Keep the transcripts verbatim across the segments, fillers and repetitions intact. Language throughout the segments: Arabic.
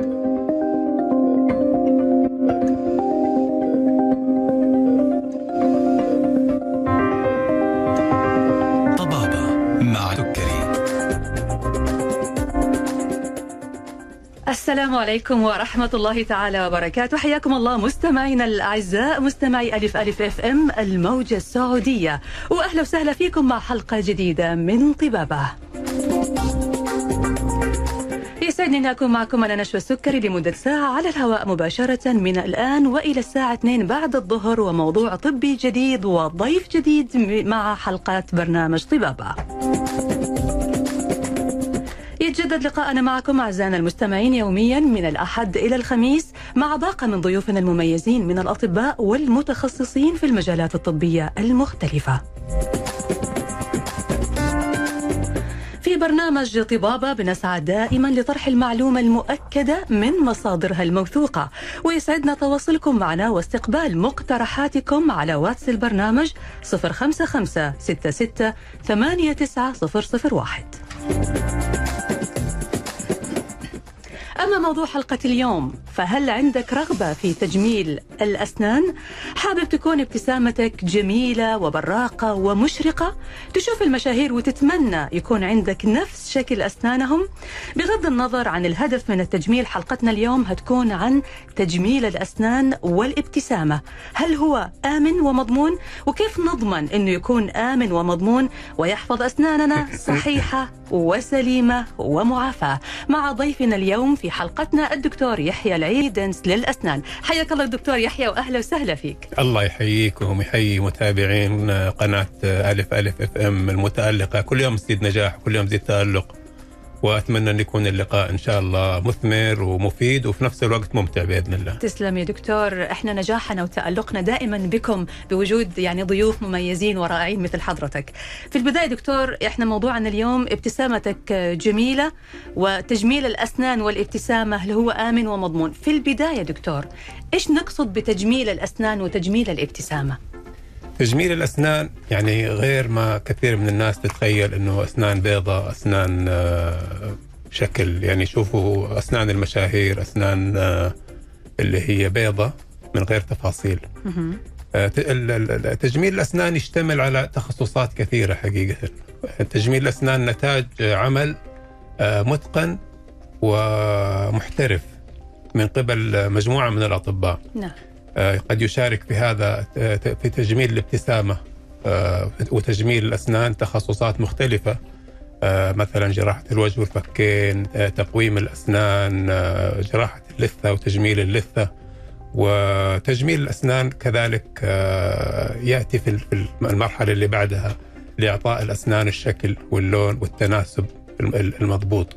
السلام عليكم ورحمة الله تعالى وبركاته. حياكم الله مستمعينا الأعزاء، مستمعي ألف ألف اف ام الموجة السعودية، وأهلا وسهلا فيكم مع حلقة جديدة من طبابة. يسعدني أن أكون معكم أنا نشوى السكري لمدة ساعة على الهواء مباشرة من الآن وإلى الساعة اثنين بعد الظهر، وموضوع طبي جديد وضيف جديد مع حلقات برنامج طبابة. يتجدد لقاءنا معكم أعزائنا المستمعين يوميا من الأحد إلى الخميس مع باقة من ضيوفنا المميزين من الأطباء والمتخصصين في المجالات الطبية المختلفة. في برنامج طبابة بنسعى دائما لطرح المعلومة المؤكدة من مصادرها الموثوقة، ويسعدنا تواصلكم معنا واستقبال مقترحاتكم على واتس البرنامج صفر خمسة خمسة ستة ستة ثمانية تسعة صفر صفر واحد. أما موضوع حلقة اليوم، فهل عندك رغبة في تجميل الأسنان؟ حابب تكون ابتسامتك جميلة وبراقة ومشرقة؟ تشوف المشاهير وتتمنى يكون عندك نفس شكل أسنانهم؟ بغض النظر عن الهدف من التجميل، حلقتنا اليوم هتكون عن تجميل الأسنان والابتسامة. هل هو آمن ومضمون؟ وكيف نضمن أنه يكون آمن ومضمون ويحفظ أسناننا صحيحة وسليمة ومعافاة؟ مع ضيفنا اليوم في حلقتنا الدكتور يحيى العيد دنس للأسنان. حياك الله الدكتور يحيى وأهلا وسهلا فيك. الله يحييكم ويحيي متابعين قناة ألف ألف اف ام المتألقة. كل يوم زيد نجاح، كل يوم زيد تألق، وأتمنى أن يكون اللقاء إن شاء الله مثمر ومفيد وفي نفس الوقت ممتع بإذن الله. تسلم يا دكتور، إحنا نجاحنا وتألقنا دائما بكم بوجود يعني ضيوف مميزين ورائعين مثل حضرتك. في البداية دكتور، إحنا موضوعنا اليوم ابتسامتك جميلة وتجميل الأسنان والابتسامة، هل هو آمن ومضمون؟ في البداية دكتور، إيش نقصد بتجميل الأسنان وتجميل الابتسامة؟ تجميل الأسنان يعني غير ما كثير من الناس تتخيل أنه أسنان بيضة، أسنان شكل، يعني شوفوا أسنان المشاهير أسنان اللي هي بيضة من غير تفاصيل. تجميل الأسنان يشتمل على تخصصات كثيرة حقيقة. تجميل الأسنان نتاج عمل متقن ومحترف من قبل مجموعة من الأطباء. نعم. قد يشارك في هذا في تجميل الابتسامة وتجميل الأسنان تخصصات مختلفة، مثلا جراحة الوجه والفكين، تقويم الأسنان، جراحة اللثة وتجميل اللثة، وتجميل الأسنان كذلك يأتي في المرحلة اللي بعدها لإعطاء الأسنان الشكل واللون والتناسب المضبوط.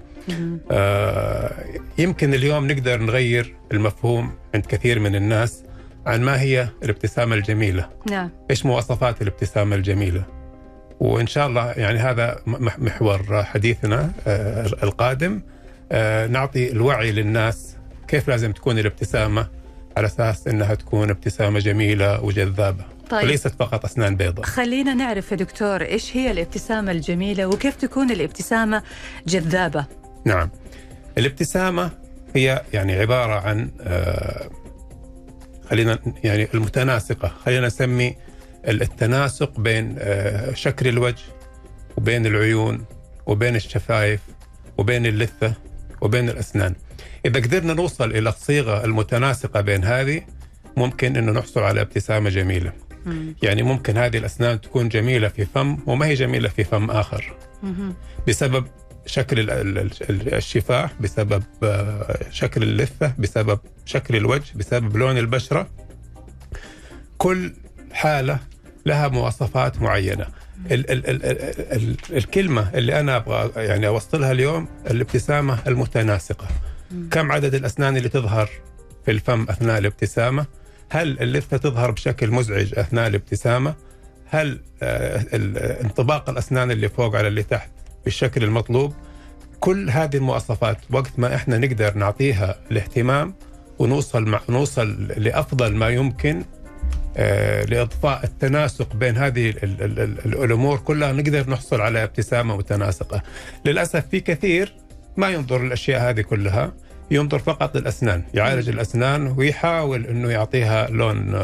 يمكن اليوم نقدر نغير المفهوم عند كثير من الناس عن ما هي الابتسامة الجميلة. نعم. إيش مواصفات الابتسامة الجميلة؟ وإن شاء الله يعني هذا محور حديثنا القادم، نعطي الوعي للناس كيف لازم تكون الابتسامة على أساس أنها تكون ابتسامة جميلة وجذابة. طيب. وليست فقط أسنان بيضاء. خلينا نعرف يا دكتور إيش هي الابتسامة الجميلة وكيف تكون الابتسامة جذابة. نعم، الابتسامة هي يعني عبارة عن آه خلينا يعني المتناسقة، خلينا نسمي التناسق بين آه شكل الوجه وبين العيون وبين الشفايف وبين اللثة وبين الأسنان. إذا قدرنا نوصل إلى الصيغة المتناسقة بين هذه، ممكن إنه نحصل على ابتسامة جميلة. مم. يعني ممكن هذه الأسنان تكون جميلة في فم وما هي جميلة في فم آخر، مم. بسبب شكل الشفاه، بسبب شكل اللثة، بسبب شكل الوجه، بسبب لون البشرة. كل حالة لها مواصفات معينة. ال ال ال ال ال الكلمة اللي أنا أبغى يعني أوصلها اليوم الابتسامة المتناسقة. كم عدد الأسنان اللي تظهر في الفم أثناء الابتسامة؟ هل اللثة تظهر بشكل مزعج أثناء الابتسامة؟ هل انطباق الأسنان اللي فوق على اللي تحت بالشكل المطلوب؟ كل هذه المواصفات وقت ما إحنا نقدر نعطيها الاهتمام ونوصل مع نوصل لأفضل ما يمكن آه لإضفاء التناسق بين هذه ال ال ال الأمور كلها، نقدر نحصل على ابتسامة متناسقة. للأسف في كثير ما ينظر الأشياء هذه كلها، ينظر فقط للأسنان، يعالج م. الأسنان ويحاول أنه يعطيها لون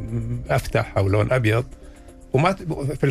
أفتح أو لون أبيض، وما في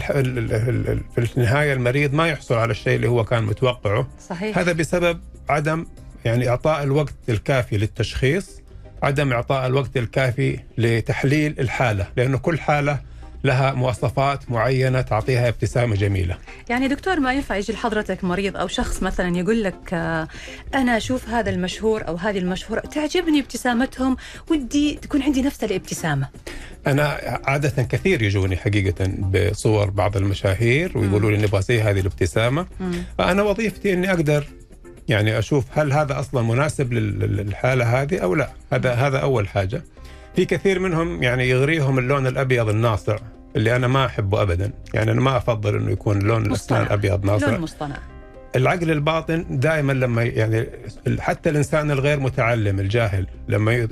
في النهاية المريض ما يحصل على الشيء اللي هو كان متوقعه. صحيح. هذا بسبب عدم يعني إعطاء الوقت الكافي للتشخيص، عدم إعطاء الوقت الكافي لتحليل الحالة، لأنه كل حالة لها مواصفات معينة تعطيها ابتسامة جميلة. يعني دكتور ما ينفع يجي لحضرتك مريض أو شخص مثلا يقول لك أنا أشوف هذا المشهور أو هذه المشهورة تعجبني ابتسامتهم، ودي تكون عندي نفس الابتسامة. أنا عادة كثير يجوني حقيقة بصور بعض المشاهير ويقولوا لي نبغى زي هذه الابتسامة. م. فأنا وظيفتي أني أقدر يعني أشوف هل هذا أصلا مناسب للحالة هذه أو لا. هذا هذا أول حاجة. في كثير منهم يعني يغريهم اللون الأبيض الناصع اللي أنا ما أحبه أبدا، يعني أنا ما أفضل إنه يكون لون الأسنان أبيض ناصع. لون مصطنع. العقل الباطن دائما لما يعني حتى الإنسان الغير متعلم الجاهل لما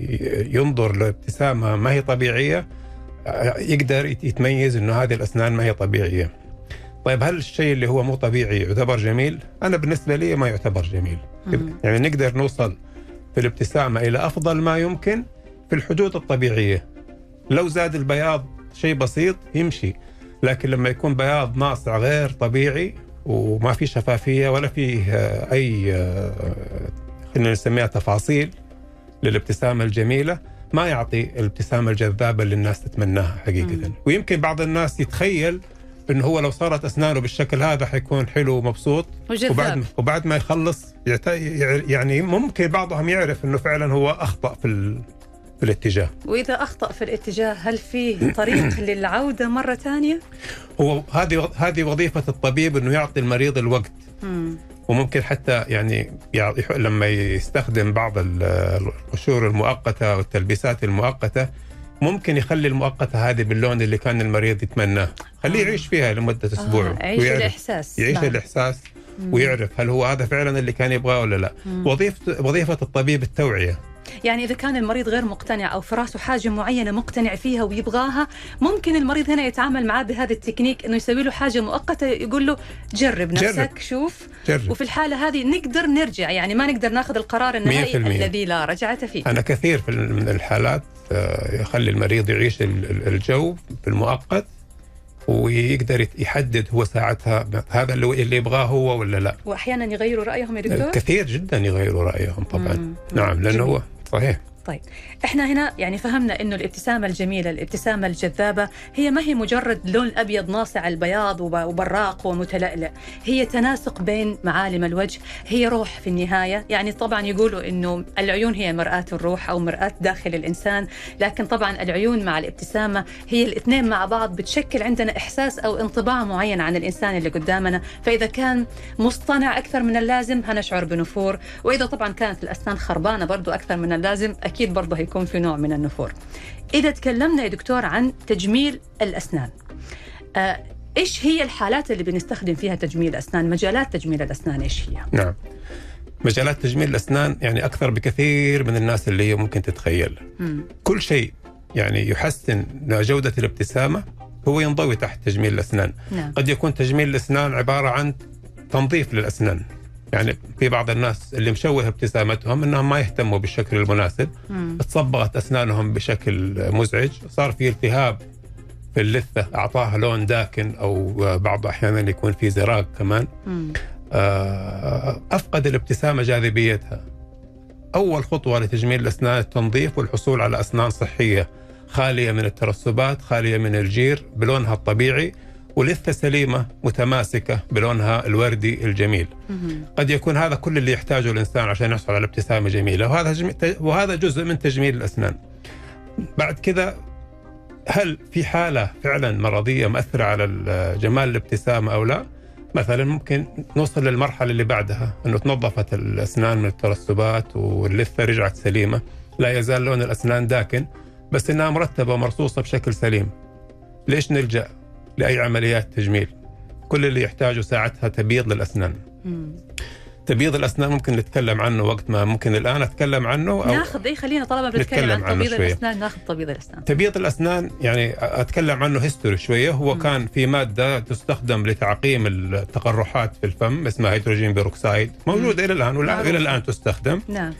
ينظر لابتسامة ما هي طبيعية يقدر يتميز إنه هذه الأسنان ما هي طبيعية. طيب هل الشيء اللي هو مو طبيعي يعتبر جميل؟ أنا بالنسبة لي ما يعتبر جميل. م- يعني نقدر نوصل في الابتسامة إلى أفضل ما يمكن في الحدود الطبيعية. لو زاد البياض شيء بسيط يمشي، لكن لما يكون بياض ناصع غير طبيعي وما في شفافية ولا فيه أي خلينا نسميها تفاصيل للابتسامة الجميلة ما يعطي الابتسامة الجذابة اللي الناس تتمناها حقيقة. م. ويمكن بعض الناس يتخيل إنه هو لو صارت أسنانه بالشكل هذا حيكون حلو ومبسوط، وبعد وبعد ما يخلص يعني ممكن بعضهم يعرف إنه فعلا هو أخطأ في ال في الاتجاه. وإذا أخطأ في الاتجاه هل فيه طريق للعودة مرة ثانية؟ هو هذه هذه وظيفة الطبيب إنه يعطي المريض الوقت. مم. وممكن حتى يعني لما يستخدم بعض القشور المؤقتة والتلبيسات المؤقتة ممكن يخلي المؤقتة هذه باللون اللي كان المريض يتمناه، خليه آه. يعيش فيها لمدة أسبوع. آه. يعيش الإحساس. يعيش لا. الإحساس مم. ويعرف هل هو هذا فعلا اللي كان يبغاه ولا لا. مم. وظيفة وظيفة الطبيب التوعية. يعني إذا كان المريض غير مقتنع أو في راسه حاجة معينة مقتنع فيها ويبغاها، ممكن المريض هنا يتعامل معاه بهذا التكنيك إنه يسوي له حاجة مؤقتة، يقول له جرب نفسك جرب. شوف جرب. وفي الحالة هذه نقدر نرجع، يعني ما نقدر ناخذ القرار النهائي الذي لا رجعة فيه. أنا كثير من الحالات يخلي المريض يعيش الجو في المؤقت ويقدر يحدد هو ساعتها هذا اللي يبغاه هو ولا لا. وأحيانا يغيروا رأيهم يا دكتور؟ كثير جدا يغيروا رأيهم طبعا. مم. نعم لأنه هو صحيح. طيب احنا هنا يعني فهمنا انه الابتسامه الجميله، الابتسامه الجذابه هي ما هي مجرد لون ابيض ناصع البياض وبراق ومتلألئ، هي تناسق بين معالم الوجه، هي روح في النهايه. يعني طبعا يقولوا انه العيون هي مرآة الروح او مرآة داخل الانسان، لكن طبعا العيون مع الابتسامه هي الاثنين مع بعض بتشكل عندنا احساس او انطباع معين عن الانسان اللي قدامنا. فاذا كان مصطنع اكثر من اللازم هنشعر بنفور، واذا طبعا كانت الاسنان خربانه برضو اكثر من اللازم أكيد برضه هيكون في نوع من النفور. إذا تكلمنا يا دكتور عن تجميل الأسنان، آه، إيش هي الحالات اللي بنستخدم فيها تجميل الأسنان؟ مجالات تجميل الأسنان إيش هي؟ نعم، مجالات تجميل الأسنان يعني أكثر بكثير من الناس اللي هي ممكن تتخيل. م. كل شيء يعني يحسن جودة الابتسامة هو ينضوي تحت تجميل الأسنان. نعم. قد يكون تجميل الأسنان عبارة عن تنظيف للأسنان، يعني في بعض الناس اللي مشوه ابتسامتهم انهم ما يهتموا بالشكل المناسب، مم. تصبغت اسنانهم بشكل مزعج، صار في التهاب في اللثه اعطاها لون داكن او بعض احيانا يكون في زراق كمان. آه افقد الابتسامه جاذبيتها. اول خطوه لتجميل الاسنان التنظيف والحصول على اسنان صحيه خاليه من الترسبات، خاليه من الجير بلونها الطبيعي، ولثة سليمة متماسكة بلونها الوردي الجميل. قد يكون هذا كل اللي يحتاجه الإنسان عشان يحصل على ابتسامة جميلة، وهذا جميل وهذا جزء من تجميل الأسنان. بعد كذا هل في حالة فعلا مرضية مؤثرة على جمال الابتسامة أو لا؟ مثلا ممكن نوصل للمرحلة اللي بعدها أنه تنظفت الأسنان من الترسبات واللثة رجعت سليمة، لا يزال لون الأسنان داكن بس إنها مرتبة ومرصوصة بشكل سليم. ليش نلجأ لأي عمليات تجميل؟ كل اللي يحتاجه ساعتها تبييض للأسنان. مم. تبييض الأسنان ممكن نتكلم عنه وقت ما ممكن الآن أتكلم عنه أو ناخذ إيه خلينا طالما بنتكلم عن تبييض الأسنان ناخذ تبييض الأسنان. تبييض الأسنان يعني أتكلم عنه هيستوري شوية. هو مم. كان في مادة تستخدم لتعقيم التقرحات في الفم اسمها هيدروجين بيروكسيد، موجودة إلى الآن ولا إلى الآن تستخدم. نعم.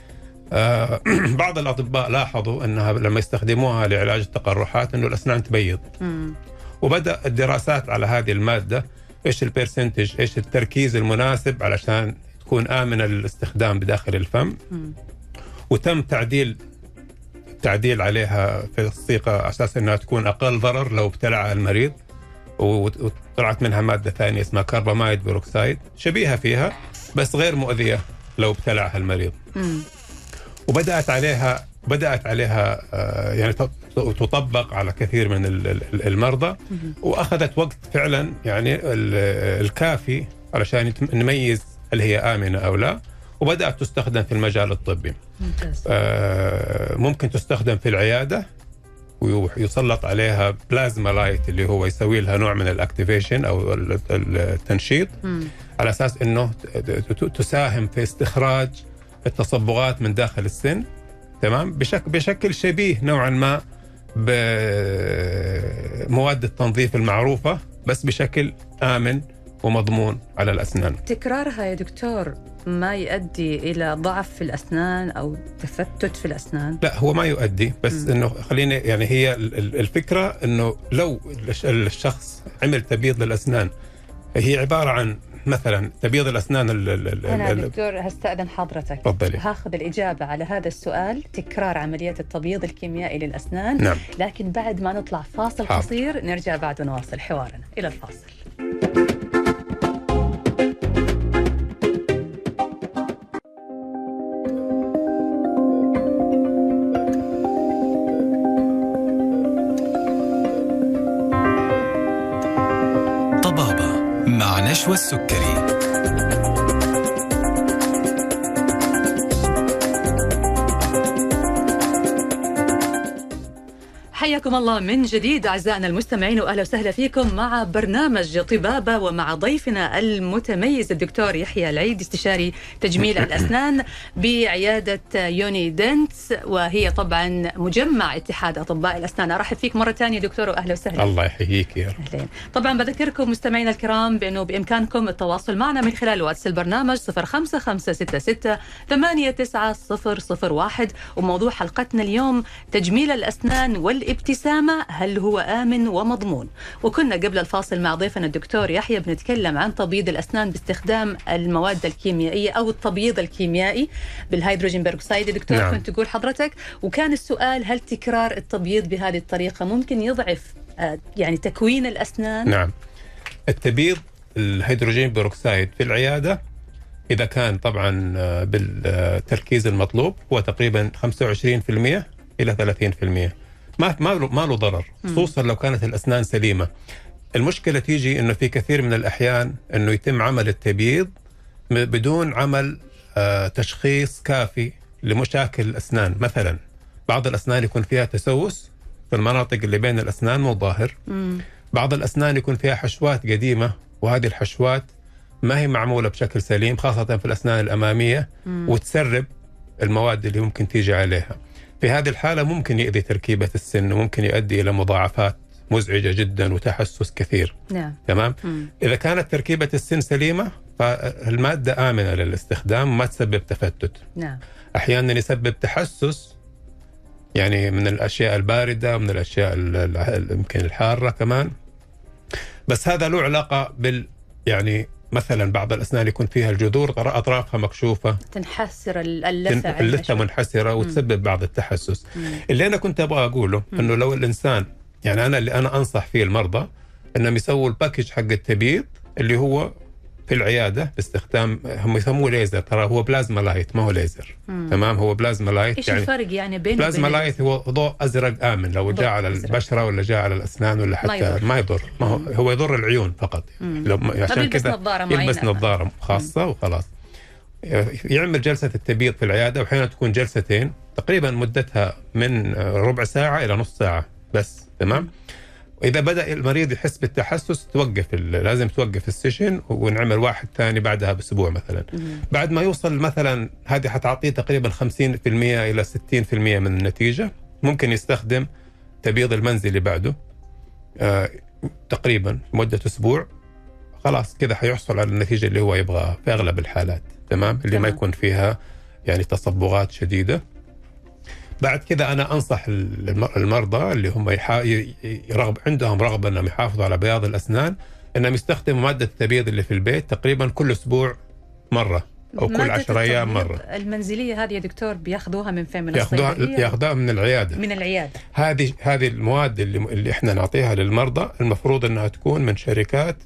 آه بعض الأطباء لاحظوا أنها لما يستخدموها لعلاج التقرحات أنه الأسنان تبيض. م. وبدأ الدراسات على هذه المادة، إيش البرسنتج، إيش التركيز المناسب علشان تكون آمنة للاستخدام بداخل الفم. م. وتم تعديل تعديل عليها في الصيغة على أساس أنها تكون أقل ضرر لو ابتلعها المريض، وطلعت منها مادة ثانية اسمها كرباميد بيروكسيد شبيهة فيها بس غير مؤذية لو ابتلعها المريض. م. وبدأت عليها بدأت عليها يعني تطبق على كثير من المرضى، وأخذت وقت فعلا يعني الكافي علشان نميز هل هي آمنة أو لا، وبدأت تستخدم في المجال الطبي. ممتاز. ممكن تستخدم في العيادة ويسلط عليها بلازما لايت اللي هو يسوي لها نوع من الاكتيفيشن أو التنشيط، م. على أساس أنه تساهم في استخراج التصبغات من داخل السن، تمام، بشكل بشكل شبيه نوعا ما بمواد التنظيف المعروفة بس بشكل آمن ومضمون على الأسنان. تكرارها يا دكتور ما يؤدي إلى ضعف في الأسنان أو تفتت في الأسنان؟ لا، هو ما يؤدي، بس م. إنه خليني يعني هي الفكرة إنه لو الشخص عمل تبييض للأسنان، هي عبارة عن مثلا تبييض الأسنان. أنا دكتور هستأذن حضرتك، تفضلي. هاخذ الإجابة على هذا السؤال، تكرار عملية التبييض الكيميائي للأسنان. نعم. لكن بعد ما نطلع فاصل حاضر. قصير نرجع بعد ونواصل حوارنا. إلى الفاصل. طبابة مع نشوى السكري. حياكم الله من جديد أعزائنا المستمعين، وأهلا وسهلا فيكم مع برنامج طبابة، ومع ضيفنا المتميز الدكتور يحيى العيد، استشاري تجميل الأسنان بعيادة يوني دنتس، وهي طبعا مجمع اتحاد أطباء الأسنان. أرحب فيك مرة ثانية دكتور وأهلا وسهلا. الله يحييك يا رب. أهلين. طبعا بذكركم مستمعينا الكرام بأنه بإمكانكم التواصل معنا من خلال واتس البرنامج صفر خمسة خمسة ستة ستة ثمانية تسعة صفر صفر واحد، وموضوع حلقتنا اليوم تجميل الأسنان والابتسامة، هل هو آمن ومضمون؟ وكنا قبل الفاصل مع ضيفنا الدكتور يحيى بنتكلم عن تبييض الأسنان باستخدام المواد الكيميائية أو التبييض الكيميائي بالهيدروجين بيروكسيد. دكتور نعم. كنت تقول حضرتك، وكان السؤال هل تكرار التبييض بهذه الطريقة ممكن يضعف يعني تكوين الأسنان؟ نعم، التبييض الهيدروجين بيروكسيد في العيادة إذا كان طبعا بالتركيز المطلوب هو تقريبا خمسة وعشرين بالمئة إلى ثلاثين بالمئة، ما ما له ما له ضرر، خصوصا لو كانت الأسنان سليمة. المشكلة تيجي إنه في كثير من الأحيان إنه يتم عمل التبييض بدون عمل آه تشخيص كافي لمشاكل الأسنان. مثلا بعض الأسنان يكون فيها تسوس في المناطق اللي بين الأسنان مو ظاهر، بعض الأسنان يكون فيها حشوات قديمة وهذه الحشوات ما هي معمولة بشكل سليم، خاصة في الأسنان الأمامية، مم. وتسرب المواد اللي ممكن تيجي عليها. في هذه الحالة ممكن يؤذي تركيبة السن وممكن يؤدي إلى مضاعفات مزعجة جدا وتحسس كثير. نعم. تمام. مم. إذا كانت تركيبة السن سليمة فالمادة آمنة للاستخدام وما تسبب تفتت. نعم. أحيانا يسبب تحسس يعني من الأشياء الباردة ومن الأشياء يمكن الحارة كمان، بس هذا له علاقة بال يعني مثلا بعض الأسنان يكون فيها الجذور أطرافها مكشوفة، تنحسر اللثة اللثة منحسرة وتسبب بعض التحسس. مم. اللي أنا كنت أبغى أقوله مم. أنه لو الإنسان يعني أنا اللي أنا أنصح فيه المرضى أنهم يسووا الباكج حق التبييض اللي هو في العيادة باستخدام، هم يسموه ليزر، ترى هو بلازما لايت ما هو ليزر. مم. تمام، هو بلازما لايت. إيش يعني الفرق يعني بينه بلازما لايت هو ضوء أزرق آمن، لو جاء على أزرق. البشرة ولا جاء على الأسنان ولا حتى ما يضر, ما يضر. ما هو, هو يضر العيون فقط. لو عشان كذا يلبس نظارة خاصة. مم. وخلاص يعمل جلسة التبييض في العيادة، وحين تكون جلستين تقريبا مدتها من ربع ساعة إلى نص ساعة بس. تمام. مم. وإذا بدأ المريض يحس بالتحسس توقف، لازم توقف السيشن ونعمل واحد ثاني بعدها بأسبوع مثلا. مم. بعد ما يوصل مثلا هذه حتعطيه تقريبا خمسين بالمئة إلى ستين بالمئة من النتيجة، ممكن يستخدم تبييض المنزلي بعده آه تقريبا مدة أسبوع. خلاص كذا حيحصل على النتيجة اللي هو يبغاها في أغلب الحالات. تمام، اللي تمام. ما يكون فيها يعني تصبغات شديدة. بعد كذا أنا أنصح المرضى اللي هم يحا... يرغب عندهم رغبة أنهم يحافظوا على بياض الأسنان أنهم يستخدموا مادة التبييض اللي في البيت تقريبا كل أسبوع مرة أو كل عشر أيام مرة. المنزلية هذه يا دكتور بياخذوها من فين؟ من ياخذوها الصيدلية؟ ياخذوها من العيادة. من العيادة. هذه هذه المواد اللي اللي إحنا نعطيها للمرضى المفروض أنها تكون من شركات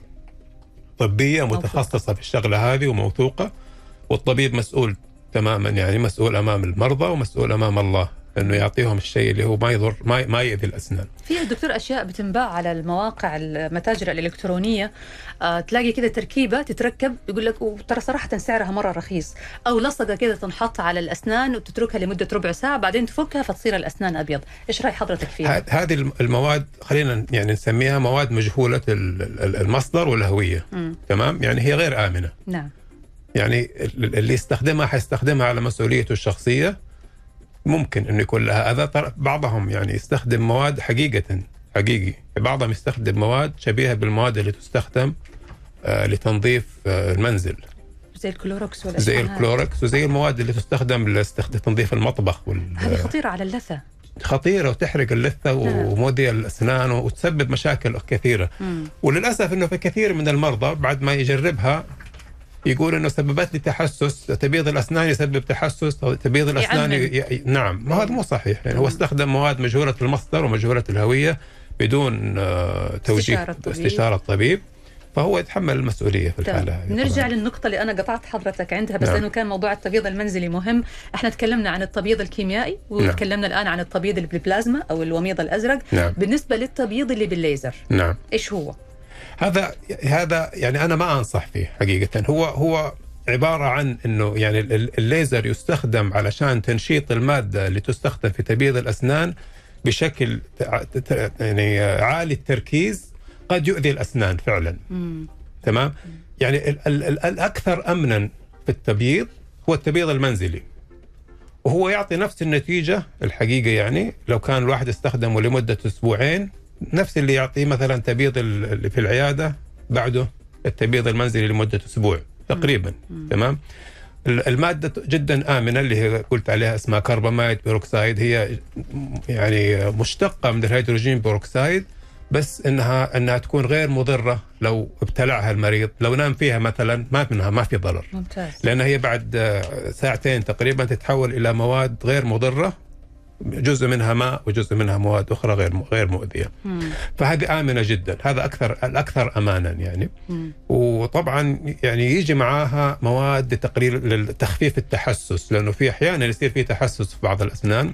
طبية متخصصة موثوقة في الشغلة هذه وموثوقة، والطبيب مسؤول تماما، يعني مسؤول أمام المرضى ومسؤول أمام الله انه يعطيهم الشيء اللي هو ما يضر ما ما يؤذي الاسنان. في دكتور اشياء بتنباع على المواقع المتاجر الالكترونيه، آه تلاقي كده تركيبه تتركب يقول لك وترى صراحه سعرها مره رخيص، او لصقه كده تنحط على الاسنان وتتركها لمده ربع ساعه بعدين تفكها فتصير الاسنان ابيض. ايش راي حضرتك فيها؟ هذه المواد خلينا يعني نسميها مواد مجهوله المصدر والهويه. م. تمام، يعني هي غير امنه. نعم. يعني اللي يستخدمها حيستخدمها على مسؤوليته الشخصيه، ممكن انه يكون لها اذى. بعضهم يعني يستخدم مواد حقيقه حقيقي، بعضهم يستخدم مواد شبيهه بالمواد اللي تستخدم آه لتنظيف آه المنزل، زي الكلوروكس زي الكلوروكس وزي المواد اللي تستخدم لتنظيف المطبخ وال... هذه خطيره على اللثه، خطيره وتحرق اللثه ومؤذيه للاسنان وتسبب مشاكل كثيره. م. وللاسف انه في كثير من المرضى بعد ما يجربها يقول انه سببت لي تحسس، تبييض الاسنان يسبب تحسس، تبييض الاسنان ي... ي... نعم، ما هذا مو صحيح. يعني هو استخدم مواد مجهوله المصدر ومجهوله الهويه بدون آه توجيه استشارة الطبيب. استشاره الطبيب، فهو يتحمل المسؤوليه في الحاله هذه. نرجع طبعا للنقطه اللي انا قطعت حضرتك عندها بس. نعم. لانه كان موضوع التبييض المنزلي مهم. احنا تكلمنا عن التبييض الكيميائي وتكلمنا نعم. الان عن التبييض اللي بالبلازما او الوميض الازرق. نعم. بالنسبه للتبييض اللي بالليزر، نعم، ايش هو؟ هذا هذا يعني انا ما انصح فيه حقيقه. هو هو عباره عن انه يعني الليزر يستخدم علشان تنشيط الماده اللي تستخدم في تبييض الاسنان بشكل يعني عالي التركيز، قد يؤذي الاسنان فعلا. مم. تمام. يعني ال ال الاكثر امنا في التبييض هو التبييض المنزلي، وهو يعطي نفس النتيجه الحقيقه. يعني لو كان الواحد استخدمه لمده اسبوعين، نفس اللي يعطيه مثلا تبييض اللي في العياده بعده التبييض المنزلي لمده اسبوع تقريبا. مم. تمام. الماده جدا امنه اللي هي قلت عليها اسمها كرباميد بيروكسيد، هي يعني مشتقه من الهيدروجين بيروكسيد، بس انها انها تكون غير مضره لو ابتلعها المريض. لو نام فيها مثلا ما منها ما في ضرر. ممتاز. لان هي بعد ساعتين تقريبا تتحول الى مواد غير مضره، جزء منها ماء وجزء منها مواد اخرى غير غير مؤذيه. مم. فهذه امنه جدا، هذا اكثر الاكثر امانا يعني. مم. وطبعا يعني يجي معاها مواد لتقليل لتخفيف التحسس، لانه في احيانا يصير في تحسس في بعض الاسنان.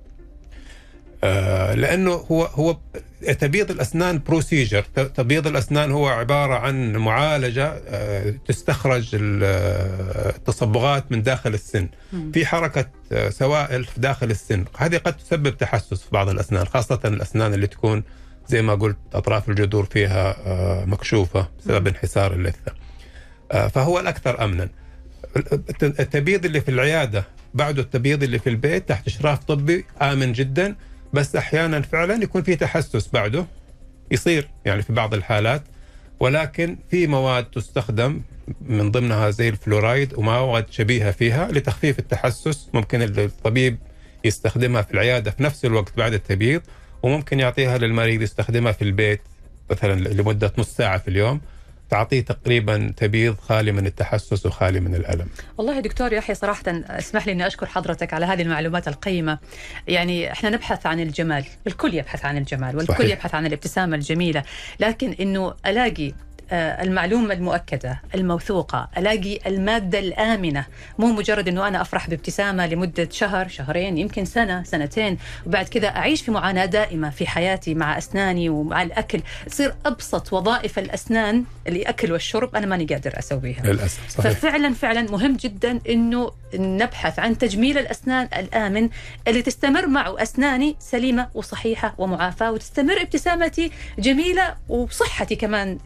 آه لانه هو هو تبييض الاسنان بروسيجر. تبييض الاسنان هو عباره عن معالجه آه تستخرج التصبغات من داخل السن. مم. في حركه آه سوائل في داخل السن، هذه قد تسبب تحسس في بعض الاسنان، خاصه الاسنان اللي تكون زي ما قلت اطراف الجذور فيها آه مكشوفه بسبب انحسار اللثه. آه فهو الاكثر امنا. التبييض اللي في العياده بعده التبييض اللي في البيت تحت اشراف طبي امن جدا، بس احيانا فعلا يكون في تحسس بعده، يصير يعني في بعض الحالات. ولكن في مواد تستخدم من ضمنها زي الفلورايد ومواد شبيهه فيها لتخفيف التحسس، ممكن الطبيب يستخدمها في العياده في نفس الوقت بعد التبييض، وممكن يعطيها للمريض يستخدمها في البيت مثلا لمده نص ساعه في اليوم، تعطيه تقريبا تبييض خالي من التحسس وخالي من الألم. والله دكتور يحيى صراحة اسمح لي أني أشكر حضرتك على هذه المعلومات القيمة. يعني إحنا نبحث عن الجمال، الكل يبحث عن الجمال والكل صحيح. يبحث عن الابتسامة الجميلة، لكن إنه ألاقي المعلومة المؤكدة الموثوقة، ألاقي المادة الآمنة، مو مجرد أنه أنا أفرح بابتسامة لمدة شهر شهرين يمكن سنة سنتين وبعد كذا أعيش في معاناة دائمة في حياتي مع أسناني ومع الأكل. تصير أبسط وظائف الأسنان اللي أكل والشرب أنا ماني قادر أسويها للأسف. صحيح. ففعلا فعلا مهم جدا أنه نبحث عن تجميل الأسنان الآمن اللي تستمر معه أسناني سليمة وصحيحة ومعافاة، وتستمر ابتسامتي جميلة وصحتي كمان جيدة.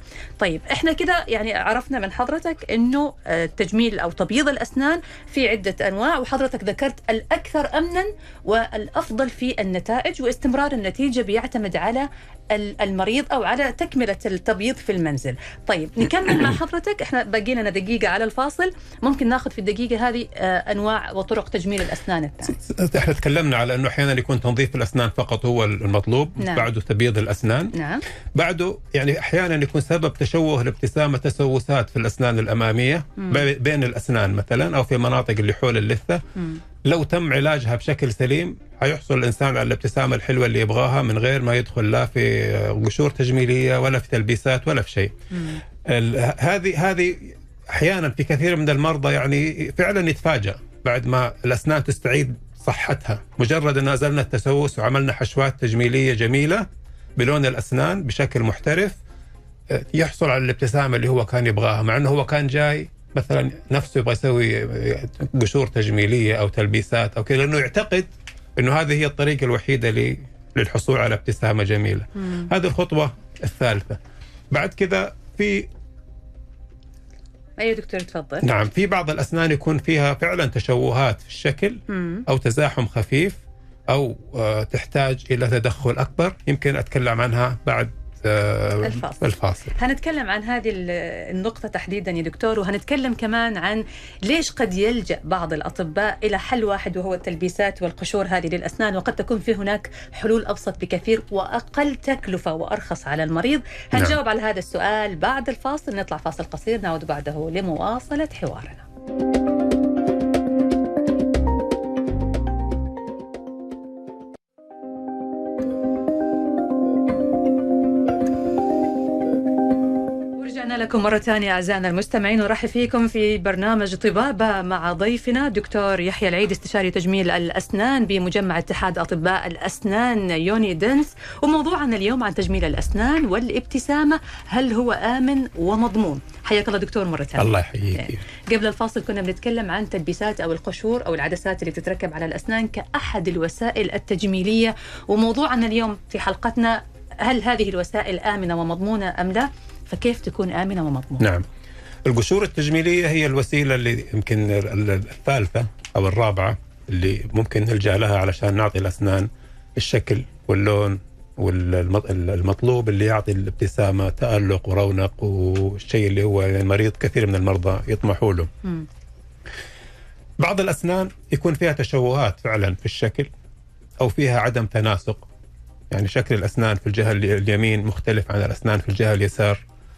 طيب احنا كده يعني عرفنا من حضرتك انه تجميل او تبييض الاسنان في عده انواع، وحضرتك ذكرت الاكثر امنا والافضل في النتائج، واستمرار النتيجه بيعتمد على المريض او على تكمله التبييض في المنزل. طيب نكمل مع حضرتك، احنا باقي لنا دقيقه على الفاصل، ممكن ناخذ في الدقيقه هذه انواع وطرق تجميل الاسنان الثانيه. احنا تكلمنا على انه احيانا يكون تنظيف الاسنان فقط هو المطلوب. نعم. بعده تبييض الاسنان. نعم. بعده يعني احيانا يكون سبب تشوه الابتسامه تسوسات في الاسنان الاماميه م. بين الاسنان مثلا او في مناطق اللي حول اللثه. م. لو تم علاجها بشكل سليم حيحصل الانسان على الابتسامه الحلوه اللي يبغاها من غير ما يدخل لا في قشور تجميليه ولا في تلبيسات ولا في شيء. هذه هذه احيانا في كثير من المرضى يعني فعلا يتفاجأ بعد ما الاسنان تستعيد صحتها، مجرد ان ازلنا التسوس وعملنا حشوات تجميليه جميله بلون الاسنان بشكل محترف يحصل على الابتسامه اللي هو كان يبغاها، مع انه هو كان جاي مثلا نفسه يبغى يسوي قشور تجميليه او تلبيسات او كذا، لانه يعتقد انه هذه هي الطريقه الوحيده للحصول على ابتسامه جميله. مم. هذه الخطوه الثالثه. بعد كذا في ايوه دكتور تفضل. نعم، في بعض الاسنان يكون فيها فعلا تشوهات في الشكل. مم. او تزاحم خفيف او آه تحتاج الى تدخل اكبر، يمكن اتكلم عنها بعد الفاصل. الفاصل هنتكلم عن هذه النقطة تحديدا يا دكتور، وهنتكلم كمان عن ليش قد يلجأ بعض الأطباء إلى حل واحد وهو التلبيسات والقشور هذه للأسنان، وقد تكون في هناك حلول أبسط بكثير وأقل تكلفة وأرخص على المريض. هنجاوب نعم. على هذا السؤال بعد الفاصل. نطلع فاصل قصير نعود بعده لمواصلة حوارنا. لكم مرة ثانية أعزائنا المستمعين، ورحب فيكم في برنامج طبابة مع ضيفنا دكتور يحيى العيد، استشاري تجميل الأسنان بمجمع اتحاد أطباء الأسنان يوني دنس. وموضوعنا اليوم عن تجميل الأسنان والابتسامة، هل هو آمن ومضمون؟ حياك الله دكتور مرة ثانية. الله يحييك. قبل الفاصل كنا بنتكلم عن تلبيسات أو القشور أو العدسات اللي بتتركب على الأسنان كأحد الوسائل التجميلية، وموضوعنا اليوم في حلقتنا هل هذه الوسائل آمنة ومضمونة أم لا؟ فكيف تكون آمنة ومضمونة؟ نعم، القشور التجميلية هي الوسيلة اللي يمكن الثالثة أو الرابعة اللي ممكن نلجأ لها علشان نعطي الأسنان الشكل واللون والمطلوب اللي يعطي الابتسامة تألق ورونق، والشيء اللي هو المريض كثير من المرضى يطمحوا له. م. بعض الأسنان يكون فيها تشوهات فعلا في الشكل أو فيها عدم تناسق، يعني شكل الأسنان في الجهة اليمين مختلف عن الأسنان في الجهة اليسار،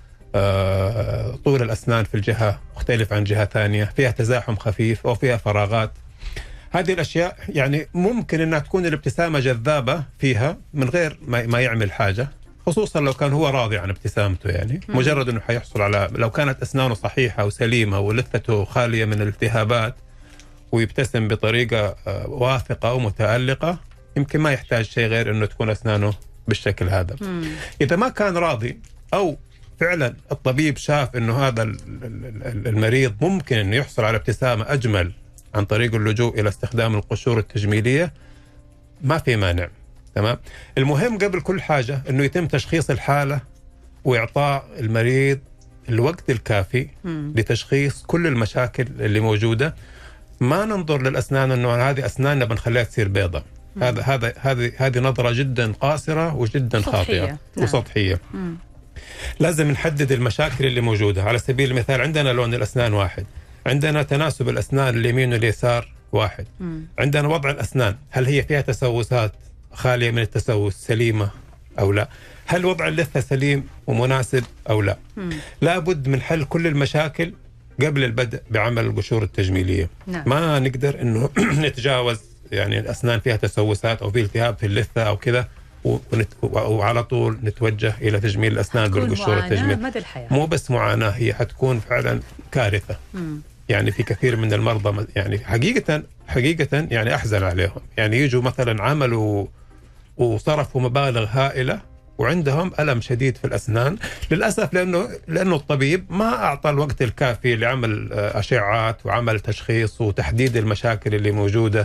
آه، طول الأسنان في الجهة مختلف عن جهة ثانية، فيها تزاحم خفيف أو فيها فراغات. هذه الأشياء يعني ممكن أنها تكون الابتسامة جذابة فيها من غير ما, ما يعمل حاجة، خصوصا لو كان هو راضي عن ابتسامته، يعني مجرد أنه حيحصل على، لو كانت أسنانه صحيحة وسليمة ولثته خالية من الالتهابات ويبتسم بطريقة آه واثقة ومتألقة، يمكن ما يحتاج شيء غير أنه تكون أسنانه بالشكل هذا. مم. إذا ما كان راضي أو فعلا الطبيب شاف أنه هذا المريض ممكن أنه يحصل على ابتسامة أجمل عن طريق اللجوء إلى استخدام القشور التجميلية، ما في مانع. تمام. المهم قبل كل حاجة أنه يتم تشخيص الحالة وإعطاء المريض الوقت الكافي مم. لتشخيص كل المشاكل اللي موجودة. ما ننظر للأسنان أنه هذه أسناننا بنخليها تصير بيضة. هذا هذا هذه هذه نظرة جدا قاصرة وجدا خاطئة. نعم. وسطحية. مم. لازم نحدد المشاكل اللي موجودة. على سبيل المثال عندنا لون الأسنان واحد، عندنا تناسب الأسنان اليمين واليسار واحد، مم. عندنا وضع الأسنان، هل هي فيها تسوسات خالية من التسوس سليمة أو لا، هل وضع اللثة سليم ومناسب أو لا. مم. لابد من حل كل المشاكل قبل البدء بعمل القشور التجميلية. نعم. ما نقدر إنه نتجاوز يعني الأسنان فيها تسوسات أو في التهاب في اللثة أو كذا ونت... وعلى طول نتوجه إلى تجميل الأسنان بالقشور التجميل. مدى الحياة. مو بس معاناة، هي حتكون فعلا كارثة. مم. يعني في كثير من المرضى يعني حقيقة حقيقة يعني أحزن عليهم، يعني يجوا مثلا عملوا وصرفوا مبالغ هائلة وعندهم ألم شديد في الأسنان، للأسف لأنه لأنه الطبيب ما أعطى الوقت الكافي لعمل أشعات وعمل تشخيص وتحديد المشاكل اللي موجودة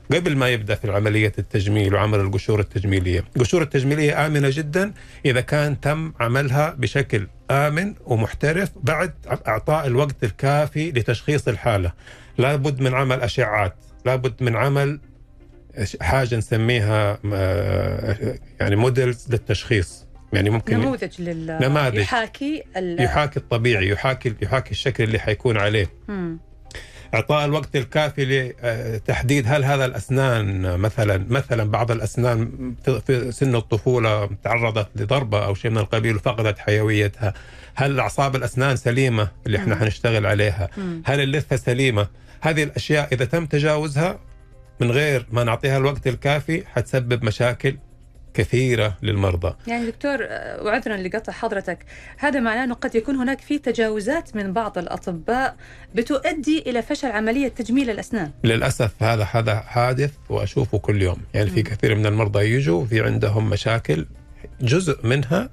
قبل ما يبدأ في عملية التجميل وعمل القشور التجميلية. القشور التجميلية آمنة جدا إذا كان تم عملها بشكل آمن ومحترف بعد إعطاء الوقت الكافي لتشخيص الحالة. لابد من عمل أشعات، لابد من عمل حاجة نسميها يعني موديلز للتشخيص، يعني ممكن نموذج لل نماذج يحاكي ال... يحاكي الطبيعي، يحاكي يحاكي الشكل اللي حيكون عليه. مم. إعطاء الوقت الكافي لتحديد هل هذا الأسنان مثلا مثلا بعض الأسنان في سن الطفولة تعرضت لضربة أو شيء من القبيل وفقدت حيويتها، هل أعصاب الأسنان سليمة اللي احنا حنشتغل عليها، هل اللثة سليمة. هذه الأشياء إذا تم تجاوزها من غير ما نعطيها الوقت الكافي حتسبب مشاكل كثيرة للمرضى. يعني دكتور وعذرا لقطع حضرتك، هذا معناه أنه قد يكون هناك في تجاوزات من بعض الأطباء بتؤدي إلى فشل عملية تجميل الأسنان. للأسف هذا هذا حادث وأشوفه كل يوم، يعني في كثير من المرضى يجوا في عندهم مشاكل، جزء منها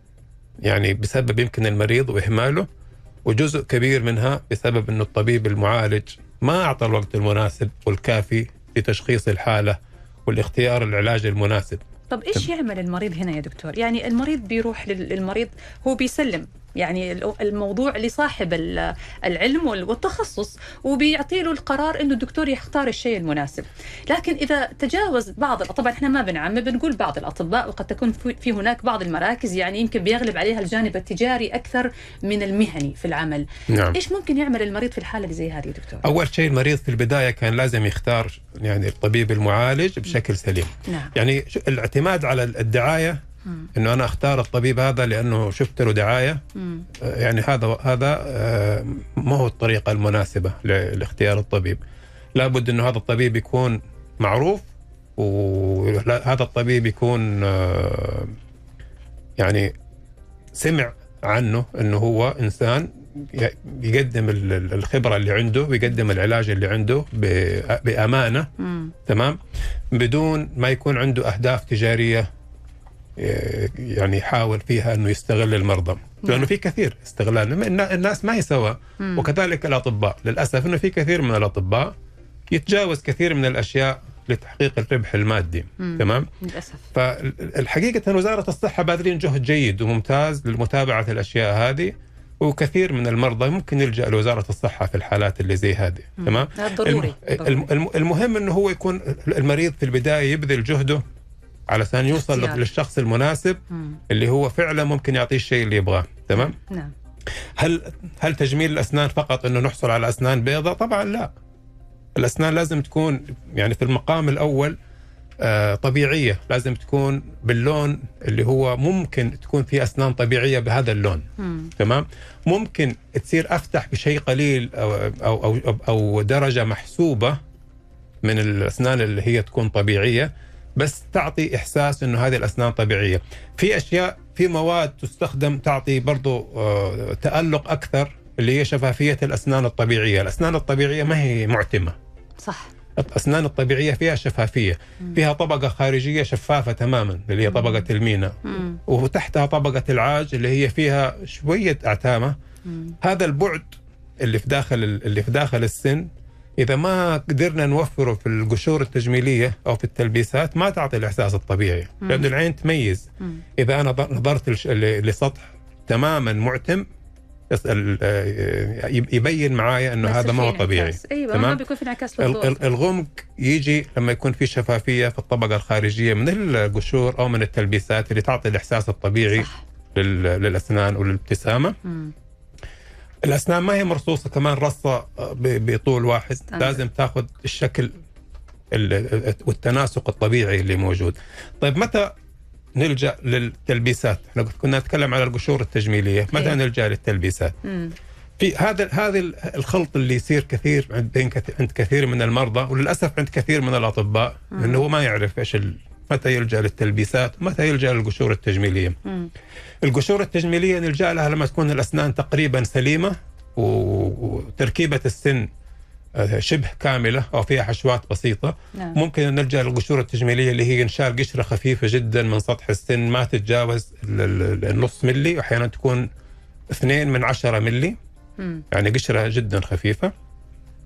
يعني بسبب يمكن المريض وإهماله، وجزء كبير منها بسبب أنه الطبيب المعالج ما أعطى الوقت المناسب والكافي لتشخيص الحالة والاختيار العلاج المناسب. طب إيش يعمل المريض هنا يا دكتور؟ يعني المريض بيروح للمريض، هو بيسلم يعني الموضوع لصاحب العلم والتخصص وبيعطي له القرار إنه الدكتور يختار الشيء المناسب. لكن إذا تجاوز بعض، طبعا إحنا ما بنعمم، بنقول بعض الأطباء، وقد تكون في هناك بعض المراكز يعني يمكن بيغلب عليها الجانب التجاري أكثر من المهني في العمل. نعم. إيش ممكن يعمل المريض في الحالة اللي زي هذه دكتور؟ أول شيء المريض في البداية كان لازم يختار يعني الطبيب المعالج بشكل سليم. نعم. يعني الاعتماد على الدعاية إنه أنا أختار الطبيب هذا لأنه شفت له دعاية، مم. يعني هذا هذا ما هو الطريقة المناسبة لاختيار الطبيب. لابد إنه هذا الطبيب يكون معروف، وهذا الطبيب يكون يعني سمع عنه إنه هو إنسان يقدم الخبرة اللي عنده ويقدم العلاج اللي عنده بأمانة. مم. تمام، بدون ما يكون عنده أهداف تجارية يعني يحاول فيها أنه يستغل المرضى، لأنه في كثير استغلال، الناس ما يسوى. وكذلك الأطباء للأسف أنه في كثير من الأطباء يتجاوز كثير من الأشياء لتحقيق الربح المادي. مم. تمام، للأسف. فالحقيقة أن وزارة الصحة باذلين جهد جيد وممتاز لمتابعة الأشياء هذه، وكثير من المرضى ممكن يلجأ لوزارة الصحة في الحالات اللي زي هذه. تمام، ضروري. الم... المهم أنه هو يكون المريض في البداية يبذل جهده علشان يوصل اختيار. للشخص المناسب مم. اللي هو فعلا ممكن يعطيه الشيء اللي يبغاه. تمام. نعم. هل هل تجميل الأسنان فقط إنه نحصل على أسنان بيضاء؟ طبعا لا. الأسنان لازم تكون يعني في المقام الأول آه طبيعية، لازم تكون باللون اللي هو ممكن تكون فيه أسنان طبيعية بهذا اللون. مم. تمام. ممكن تصير أفتح بشيء قليل أو أو أو, أو, أو درجة محسوبة من الأسنان اللي هي تكون طبيعية، بس تعطي إحساس إنه هذه الأسنان طبيعية. في أشياء، في مواد تستخدم تعطي برضو آه تألق أكثر، اللي هي شفافية الأسنان الطبيعية. الأسنان الطبيعية ما هي معتمة. صح. الأسنان الطبيعية فيها شفافية، مم. فيها طبقة خارجية شفافة تماما اللي هي طبقة مم. المينا، مم. وتحتها طبقة العاج اللي هي فيها شوية أعتامة. مم. هذا البعد اللي في داخل اللي في داخل السن إذا ما قدرنا نوفره في القشور التجميلية أو في التلبيسات ما تعطي الإحساس الطبيعي. مم. لأن العين تميز. مم. إذا أنا نظرت لسطح تماما معتم يبين معايا أنه هذا ما هو طبيعي. أيوة، ما بيكون في انعكاس للضوء. الغمق يجي لما يكون في شفافية في الطبقة الخارجية من القشور أو من التلبيسات اللي تعطي الإحساس الطبيعي للأسنان والابتسامة. مم. الأسنان ما هي مرصوصة كمان رصة بطول واحد، لازم تأخذ الشكل والتناسق الطبيعي اللي موجود. طيب متى نلجأ للتلبيسات؟ احنا كنا نتكلم على القشور التجميلية، متى نلجأ للتلبيسات؟ مم. في هذا هذا الخلط اللي يصير كثير عند عند كثير من المرضى، وللأسف عند كثير من الأطباء، مم. إنه هو ما يعرف إيش متى يلجأ للتلبيسات ومتى يلجأ للقشور التجميلية. مم. القشور التجميلية نلجأ لها لما تكون الأسنان تقريبا سليمة وتركيبة السن شبه كاملة أو فيها حشوات بسيطة. نعم. ممكن نلجأ للقشور التجميلية اللي هي إنشال قشرة خفيفة جدا من سطح السن ما تتجاوز النص ملي، وأحيانا تكون اثنين من عشرة ملي. مم. يعني قشرة جدا خفيفة.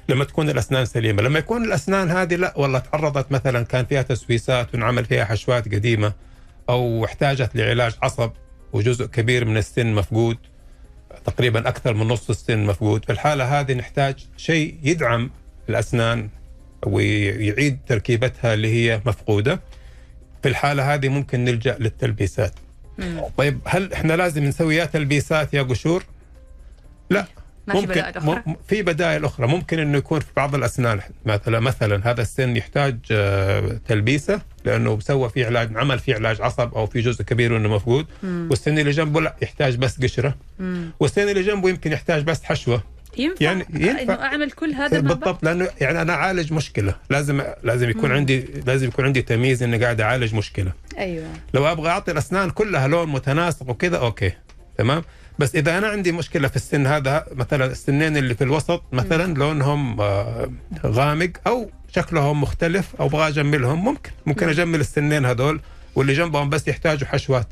لما تكون الأسنان سليمة. لما يكون الأسنان هذه لا والله تعرضت مثلا كان فيها تسويسات ونعمل فيها حشوات قديمة أو احتاجت لعلاج عصب وجزء كبير من السن مفقود، تقريبا أكثر من نصف السن مفقود، في الحالة هذه نحتاج شيء يدعم الأسنان ويعيد تركيبتها اللي هي مفقودة. في الحالة هذه ممكن نلجأ للتلبيسات. مم. طيب هل إحنا لازم نسوي يا تلبيسات يا قشور؟ لا، ما ممكن في بدائل أخرى؟ م- في بدائل أخرى. ممكن إنه يكون في بعض الأسنان مثلا مثلا هذا السن يحتاج آه تلبيسة لأنه بسوى فيه علاج، عمل فيه علاج عصب أو في جزء كبير منه مفقود، مم. والسن اللي جنبه لا يحتاج بس قشرة، مم. والسن اللي جنبه يمكن يحتاج بس حشوة. ينفع يعني ينفع إنه أعمل كل هذا بالضبط، لأنه يعني أنا أعالج مشكلة، لازم لازم يكون مم. عندي لازم يكون عندي تمييز إني قاعد أعالج مشكلة. أيوة. لو أبغى أعطي الأسنان كلها لون متناسق وكذا أوكي تمام، بس إذا أنا عندي مشكلة في السن هذا مثلا السنين اللي في الوسط مثلا مم. لونهم غامق أو شكلهم مختلف أو أبغى أجملهم، ممكن ممكن مم. أجمل السنين هذول واللي جنبهم بس يحتاجوا حشوات،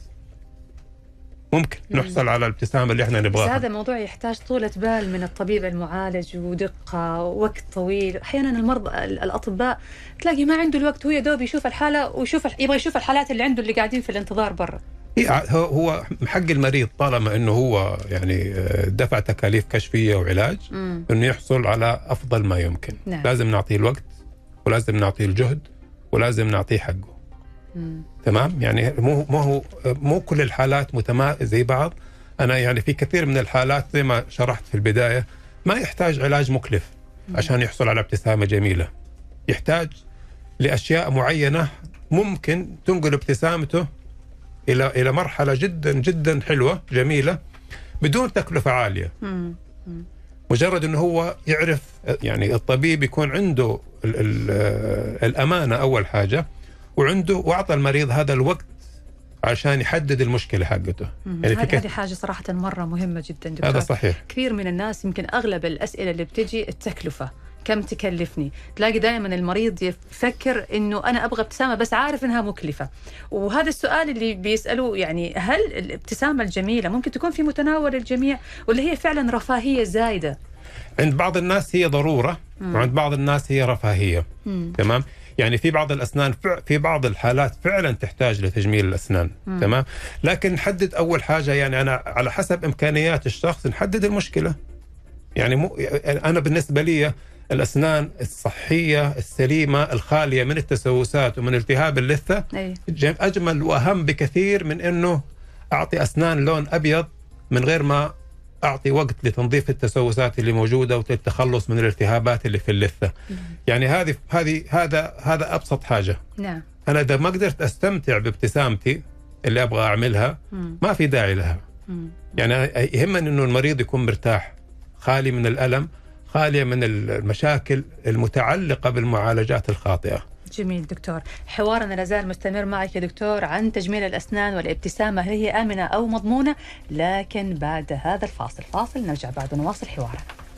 ممكن مم. نحصل على الابتسامة اللي احنا نبغاها. هذا موضوع يحتاج طولة بال من الطبيب المعالج ودقة ووقت طويل. أحيانا المرضى الأطباء تلاقي ما عنده الوقت، هو يدوب يشوف الحالة ويشوف يبغى يشوف الحالات اللي عنده اللي قاعدين في الانتظار برا. هو هو حق المريض طالما انه هو يعني دفع تكاليف كشفيه وعلاج مم. انه يحصل على افضل ما يمكن. نعم. لازم نعطيه الوقت ولازم نعطيه الجهد ولازم نعطيه حقه. مم. تمام، يعني مو مو هو مو كل الحالات متما زي بعض. انا يعني في كثير من الحالات زي ما شرحت في البدايه ما يحتاج علاج مكلف مم. عشان يحصل على ابتسامه جميله، يحتاج لاشياء معينه ممكن تنقل ابتسامته إلى إلى مرحلة جدا جدا حلوة جميلة بدون تكلفة عالية. مم. مم. مجرد إنه هو يعرف، يعني الطبيب يكون عنده ال ال الأمانة أول حاجة، وعنده وأعطى المريض هذا الوقت عشان يحدد المشكلة حقته. يعني هذه هذه حاجة صراحة مرة مهمة جدا دكتور. هذا صحيح. كثير من الناس يمكن أغلب الأسئلة اللي بتجي التكلفة، كم تكلفني؟ تلاقي دائما المريض يفكر انه انا ابغى ابتسامه بس عارف انها مكلفه، وهذا السؤال اللي بيسالوه يعني هل الابتسامه الجميله ممكن تكون في متناول الجميع ولا هي فعلا رفاهيه زايده؟ عند بعض الناس هي ضروره مم. وعند بعض الناس هي رفاهيه. مم. تمام، يعني في بعض الاسنان في بعض الحالات فعلا تحتاج لتجميل الاسنان. مم. تمام، لكن نحدد اول حاجه، يعني انا على حسب امكانيات الشخص نحدد المشكله. يعني مو انا بالنسبه لي الأسنان الصحية السليمة الخالية من التسوسات ومن التهاب اللثة أي. أجمل وأهم بكثير من أنه أعطي أسنان لون أبيض من غير ما أعطي وقت لتنظيف التسوسات اللي موجودة والتخلص من الالتهابات اللي في اللثة. مم. يعني هذه هذه هذا هذا أبسط حاجة. نعم. أنا إذا ما قدرت أستمتع بابتسامتي اللي أبغى أعملها مم. ما في داعي لها. مم. يعني يهمني أنه المريض يكون مرتاح، خالي من الألم، خالية من المشاكل المتعلقة بالمعالجات الخاطئة. جميل دكتور، حوارنا لازال مستمر معك يا دكتور عن تجميل الأسنان والابتسامة، هل هي آمنة أو مضمونة؟ لكن بعد هذا الفاصل فاصل نرجع بعد ونواصل حوارنا.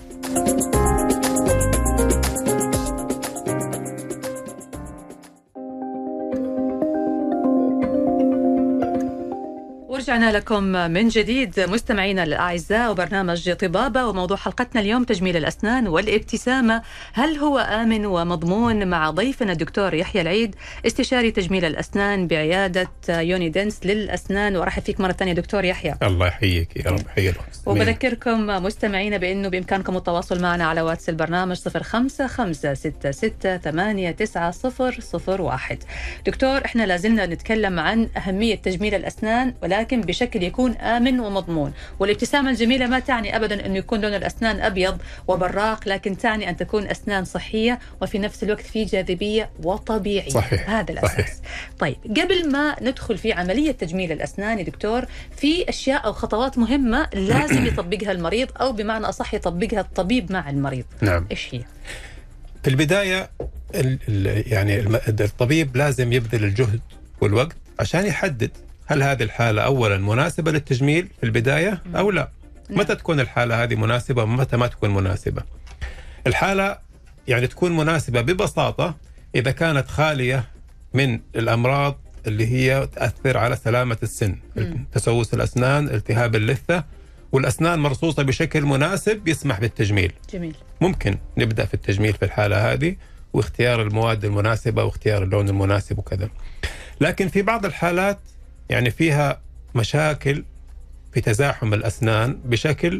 رجعنا لكم من جديد مستمعينا الأعزاء وبرنامج طبابة، وموضوع حلقتنا اليوم تجميل الأسنان والابتسامة، هل هو آمن ومضمون؟ مع ضيفنا الدكتور يحيى العيد استشاري تجميل الأسنان بعيادة يونيدنس للأسنان. وأرحب فيك مرة ثانية دكتور يحيى. الله يحييك يا رب. يحييك. وبذكركم مستمعينا بأنه بإمكانكم التواصل معنا على واتس البرنامج صفر خمسة خمسة ستة ستة ثمانية تسعة صفر صفر واحد. دكتور، إحنا لازلنا نتكلم عن أهمية تجميل الأسنان ولكن بشكل يكون آمن ومضمون. والابتسامة الجميلة ما تعني أبدا أنه يكون لون الأسنان أبيض وبراق، لكن تعني أن تكون أسنان صحية وفي نفس الوقت في جاذبية وطبيعية. صحيح. هذا الأساس. صحيح. طيب قبل ما ندخل في عملية تجميل الأسنان يا دكتور، في أشياء أو خطوات مهمة لازم يطبقها المريض، أو بمعنى أصح يطبقها الطبيب مع المريض. نعم. إيش هي؟ في البداية يعني الطبيب لازم يبذل الجهد والوقت عشان يحدد هل هذه الحالة أولا مناسبة للتجميل في البداية أو لا. نعم. متى تكون الحالة هذه مناسبة ومتى ما تكون مناسبة؟ الحالة يعني تكون مناسبة ببساطة إذا كانت خالية من الأمراض اللي هي تأثر على سلامة السن، مم. تسوس الأسنان، التهاب اللثة، والأسنان مرصوصة بشكل مناسب يسمح بالتجميل. جميل. ممكن نبدأ في التجميل في الحالة هذه، واختيار المواد المناسبة واختيار اللون المناسب وكذا. لكن في بعض الحالات يعني فيها مشاكل في تزاحم الأسنان بشكل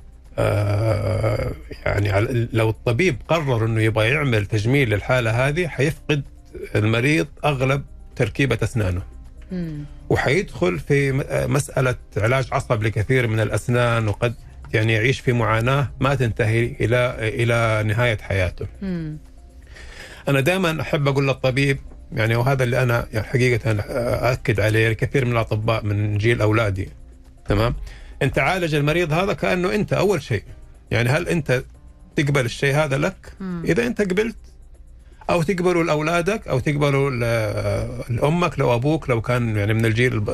آه يعني لو الطبيب قرر أنه يبغى يعمل تجميل للحالة هذه حيفقد المريض أغلب تركيبة أسنانه، مم. وحيدخل في مسألة علاج عصب لكثير من الأسنان، وقد يعني يعيش في معاناة ما تنتهي إلى إلى نهاية حياته. مم. أنا دائما أحب أقول للطبيب يعني، وهذا اللي أنا يعني حقيقة أأكد عليه الكثير من الأطباء من جيل أولادي، تمام؟ أنت عالج المريض هذا كأنه أنت أول شيء، يعني هل أنت تقبل الشيء هذا لك؟ مم. إذا أنت قبلت أو تقبلوا لأولادك أو تقبلوا لأمك لو أبوك لو كان يعني من الجيل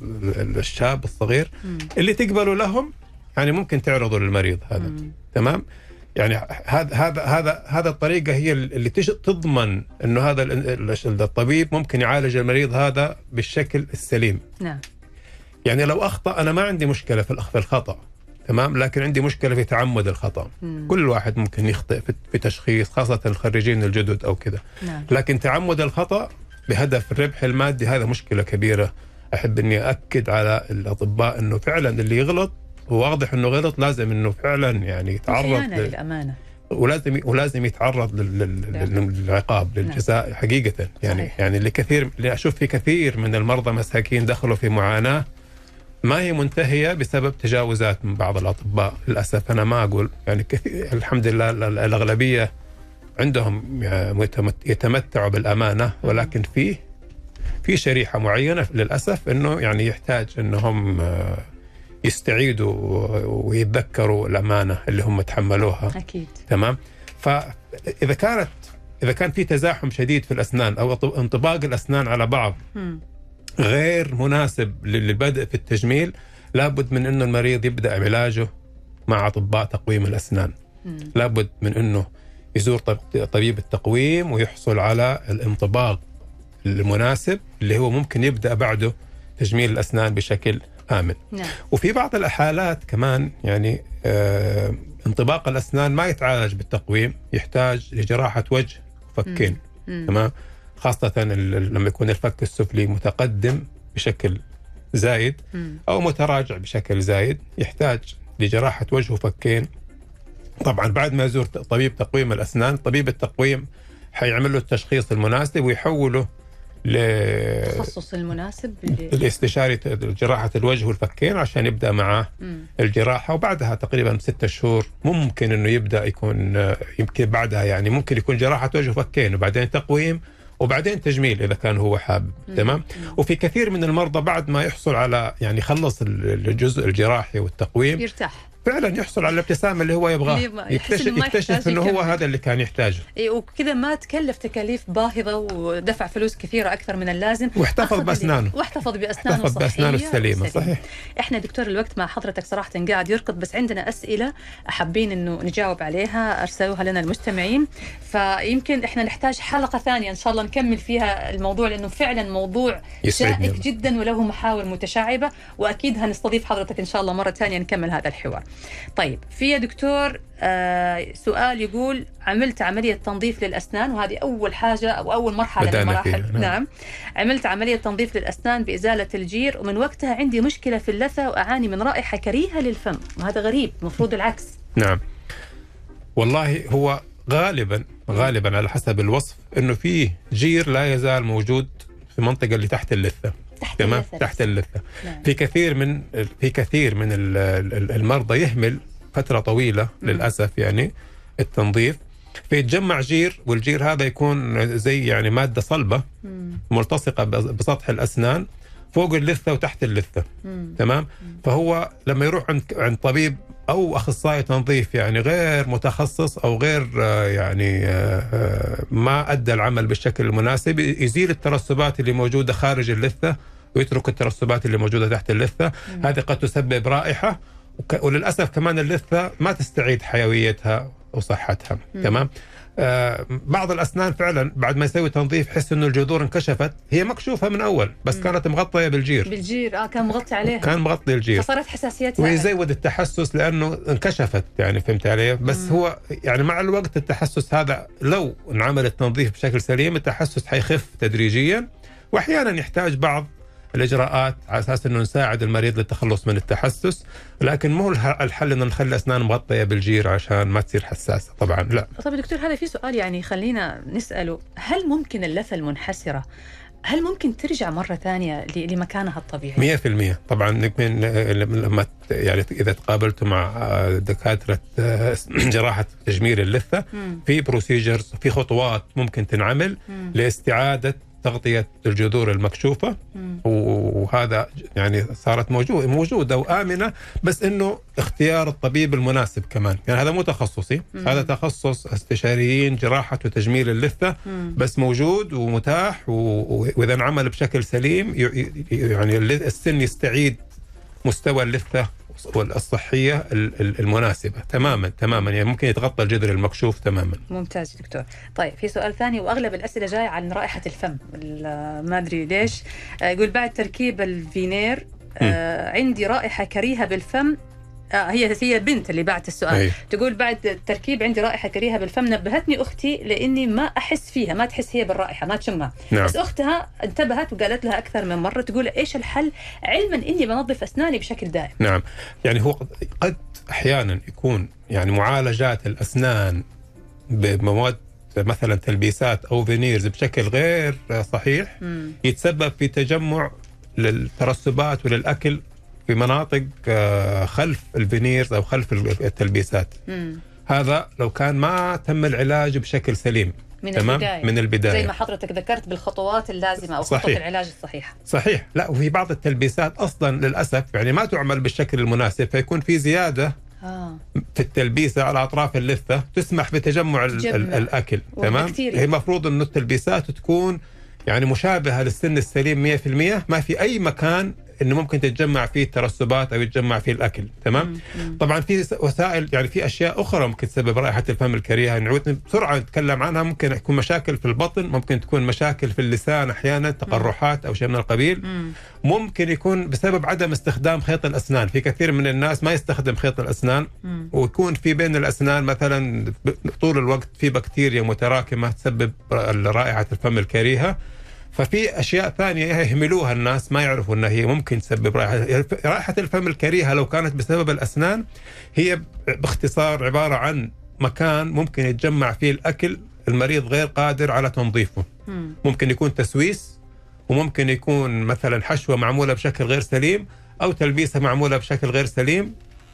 الشاب الصغير، مم. اللي تقبلوا لهم يعني ممكن تعرضوا للمريض هذا، مم. تمام؟ يعني هذا هذا هذا هذا الطريقة هي اللي تضمن إنه هذا الطبيب ممكن يعالج المريض هذا بالشكل السليم. نعم. يعني لو أخطأ أنا ما عندي مشكلة في الخطأ، تمام، لكن عندي مشكلة في تعمد الخطأ. مم. كل واحد ممكن يخطئ في تشخيص، خاصة الخريجين الجدد أو كذا. نعم. لكن تعمد الخطأ بهدف الربح المادي هذا مشكلة كبيرة. أحب إني أكد على الأطباء إنه فعلا اللي يغلط وواضح إنه غلط لازم إنه فعلا يعني يتعرض للأمانة، ولازم ولازم يتعرض للعقاب للجزاء حقيقة. يعني صحيح. يعني لكثير اللي أشوف في كثير من المرضى مساكين دخلوا في معاناة ما هي منتهية بسبب تجاوزات من بعض الأطباء للأسف. أنا ما أقول يعني كثير، الحمد لله الأغلبية عندهم يتمتعوا بالأمانة، ولكن في في شريحة معينة للأسف إنه يعني يحتاج إنهم يستعيدوا ويتذكروا الأمانة اللي هم تحملوها. أكيد. تمام. فإذا كانت إذا كان في تزاحم شديد في الأسنان أو انطباق الأسنان على بعض م. غير مناسب للبدء في التجميل، لابد من أنه المريض يبدأ علاجه مع أطباء تقويم الأسنان. م. لابد من أنه يزور طبيب التقويم ويحصل على الانطباق المناسب اللي هو ممكن يبدأ بعده تجميل الأسنان بشكل آمن. نعم. وفي بعض الحالات كمان يعني آه انطباق الأسنان ما يتعالج بالتقويم، يحتاج لجراحة وجه وفكين. تمام. خاصة لما يكون الفك السفلي متقدم بشكل زايد مم. أو متراجع بشكل زايد، يحتاج لجراحة وجه وفكين. طبعا بعد ما يزور طبيب تقويم الأسنان، طبيب التقويم حيعمل له التشخيص المناسب ويحوله التخصص المناسب الاستشاري جراحة الوجه والفكين عشان يبدأ معه مم. الجراحة. وبعدها تقريبا ستة شهور ممكن أنه يبدأ يكون يمكن بعدها يعني ممكن يكون جراحة وجه وفكين وبعدين تقويم وبعدين تجميل إذا كان هو حابب. تمام. وفي كثير من المرضى بعد ما يحصل على يعني خلص الجزء الجراحي والتقويم يرتاح فعلا، يحصل على الابتسامة اللي هو يبغاه، يكتشف, يكتشف انه هو هذا اللي كان يحتاجه. إيه، وكذا ما تكلف تكاليف باهظة ودفع فلوس كثيرة أكثر من اللازم، واحتفظ بأسنانه واحتفظ بأسنانه احتفظ بأسنانه السليمة. صحيح. احنا دكتور الوقت مع حضرتك صراحة قاعد يركض، بس عندنا أسئلة حابين انه نجاوب عليها أرسلوها لنا المستمعين، فيمكن احنا نحتاج حلقة ثانية إن شاء الله نكمل فيها الموضوع، لأنه فعلا موضوع شائك جدا وله محاور متشعبة، وأكيد هنستضيف حضرتك إن شاء الله مرة ثانية نكمل هذا الحوار. طيب في يا دكتور آه سؤال يقول: عملت عملية تنظيف للأسنان، وهذه أول حاجة أو أول مرحلة من المراحل. نعم. نعم. عملت عملية تنظيف للأسنان بإزالة الجير، ومن وقتها عندي مشكلة في اللثة وأعاني من رائحة كريهة للفم، وهذا غريب، مفروض العكس. نعم. والله هو غالبا غالبا على حسب الوصف إنه فيه جير لا يزال موجود في المنطقة اللي تحت اللثة. تحت تمام. اللثة. تحت اللثة. نعم. في كثير من في كثير من المرضى يهمل فترة طويلة للأسف يعني التنظيف، فيتجمع جير، والجير هذا يكون زي يعني مادة صلبة مم. ملتصقة بسطح الأسنان فوق اللثة وتحت اللثة. مم. تمام. مم. فهو لما يروح عند عند طبيب أو أخصائي تنظيف يعني غير متخصص أو غير يعني ما أدى العمل بالشكل المناسب، يزيل الترسبات اللي موجودة خارج اللثة ويترك الترسبات اللي موجودة تحت اللثة. مم. هذه قد تسبب رائحة، وللأسف كمان اللثة ما تستعيد حيويتها وصحتها. مم. تمام. آه بعض الأسنان فعلا بعد ما يسوي تنظيف حس إنه الجذور انكشفت، هي مكشوفة من أول بس م. كانت مغطية بالجير بالجير اه كان مغطي عليها، كان مغطي الجير فصارت حساسيتها ويزود التحسس لأنه انكشفت يعني، فهمت علي؟ بس م. هو يعني مع الوقت التحسس هذا لو انعمل التنظيف بشكل سليم التحسس حيخف تدريجيا، وأحيانا يحتاج بعض الإجراءات على أساس أنه نساعد المريض للتخلص من التحسس، لكن مو الحل أنه نخلي أسنان مغطية بالجير عشان ما تصير حساسة طبعا، لا. طيب دكتور هذا في سؤال يعني خلينا نسأله، هل ممكن اللثة المنحسرة هل ممكن ترجع مرة ثانية لمكانها الطبيعي؟ مية في المية طبعا. من لما يعني إذا تقابلت مع دكاترة جراحة تجميل اللثة مم. في بروسيجرز في خطوات ممكن تنعمل مم. لاستعادة تغطية الجذور المكشوفة مم. وهذا يعني صارت موجودة موجودة وآمنة، بس إنه اختيار الطبيب المناسب كمان، يعني هذا مو تخصصي مم. هذا تخصص استشاريين جراحة وتجميل اللثة مم. بس موجود ومتاح، وإذا انعمل بشكل سليم يعني السن يستعيد مستوى اللثة الصحية المناسبة تماما تماما، يعني ممكن يتغطى الجذر المكشوف تماما. ممتاز دكتور. طيب في سؤال ثاني واغلب الاسئله جايه عن رائحه الفم، ما ادري ليش، يقول بعد تركيب الفينير آه عندي رائحه كريهه بالفم. آه هي هي بنت اللي بعت السؤال أي. تقول بعد التركيب عندي رائحة كريهة بالفم، نبهتني أختي لأني ما أحس فيها، ما تحس هي بالرائحة ما تشمها نعم. بس أختها انتبهت وقالت لها أكثر من مرة، تقول إيش الحل علما إني بنظف أسناني بشكل دائم. نعم يعني هو قد أحيانا يكون يعني معالجات الأسنان بمواد مثلا تلبيسات أو فينيرز بشكل غير صحيح م. يتسبب في تجمع للترسبات وللأكل في مناطق خلف الفينيرز أو خلف التلبيسات. مم. هذا لو كان ما تم العلاج بشكل سليم من تمام؟ البداية. من البداية زي ما حضرتك ذكرت بالخطوات اللازمة أو صحيح. خطوة العلاج الصحيحة. صحيح. لا وفي بعض التلبيسات أصلا للأسف يعني ما تعمل بالشكل المناسب، فيكون في زيادة آه. في التلبيسة على أطراف اللثة تسمح بتجمع الأكل تمام؟ هي مفروض أنه التلبيسات تكون يعني مشابهة للسن السليم مية في المية، ما في أي مكان انه ممكن تتجمع فيه الترسبات او يتجمع فيه الاكل تمام. مم. طبعا في وسائل يعني في اشياء اخرى ممكن تسبب رائحه الفم الكريهه، نعود بسرعه نتكلم عنها. ممكن يكون مشاكل في البطن، ممكن تكون مشاكل في اللسان احيانا تقرحات او شيء من القبيل. مم. ممكن يكون بسبب عدم استخدام خيط الاسنان، في كثير من الناس ما يستخدم خيط الاسنان مم. ويكون في بين الاسنان مثلا طول الوقت في بكتيريا متراكمه تسبب رائحه الفم الكريهه. ففي أشياء ثانية يهملوها الناس، ما يعرفوا أنها هي ممكن تسبب رائحة رائحة الفم الكريهة. لو كانت بسبب الأسنان هي باختصار عبارة عن مكان ممكن يتجمع فيه الأكل، المريض غير قادر على تنظيفه. ممكن يكون تسويس، وممكن يكون مثلا حشوة معمولة بشكل غير سليم أو تلبيسة معمولة بشكل غير سليم.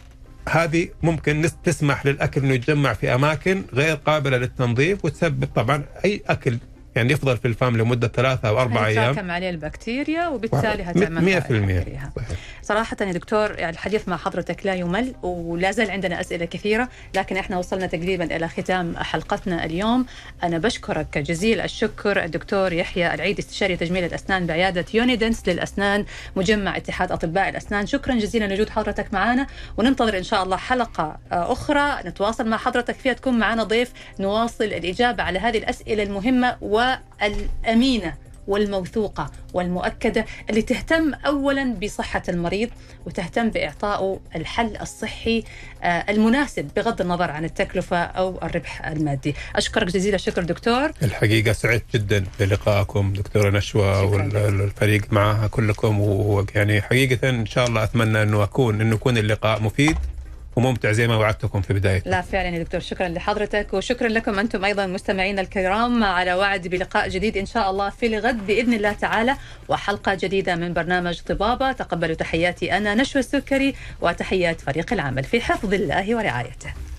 هذه ممكن تسمح للأكل أنه يتجمع في أماكن غير قابلة للتنظيف وتسبب طبعا أي أكل يعني يفضل في الفم لمدة ثلاثة أو أربع أيام، يتراكم عليه البكتيريا وبالتالي هتعمل مية في المية. صراحة يا دكتور يعني الحديث مع حضرتك لا يمل، ولا زال عندنا أسئلة كثيرة، لكن إحنا وصلنا تقريبا إلى ختام حلقتنا اليوم. أنا بشكرك جزيل الشكر الدكتور يحيى العيد، استشاري تجميل الأسنان بعيادة يونيدنس للأسنان مجمع اتحاد أطباء الأسنان. شكرا جزيلا لوجود حضرتك معنا، وننتظر إن شاء الله حلقة أخرى نتواصل مع حضرتك فيها، تكون معنا ضيف نواصل الإجابة على هذه الأسئلة المهمة والأمينة والموثوقة والمؤكدة اللي تهتم أولا بصحة المريض وتهتم بإعطائه الحل الصحي المناسب بغض النظر عن التكلفة أو الربح المادي. أشكرك جزيل الشكر دكتور. الحقيقة سعيد جدا بلقائكم دكتورة نشوى والفريق معها كلكم، ويعني حقيقة إن شاء الله أتمنى أنه أكون أنه يكون اللقاء مفيد وممتع زي ما وعدتكم في بداية. لا فعلا يا دكتور، شكرا لحضرتك وشكرا لكم أنتم أيضا مستمعين الكرام، على وعد بلقاء جديد إن شاء الله في الغد بإذن الله تعالى، وحلقة جديدة من برنامج طبابة. تقبلوا تحياتي أنا نشوى السكري وتحيات فريق العمل، في حفظ الله ورعايته.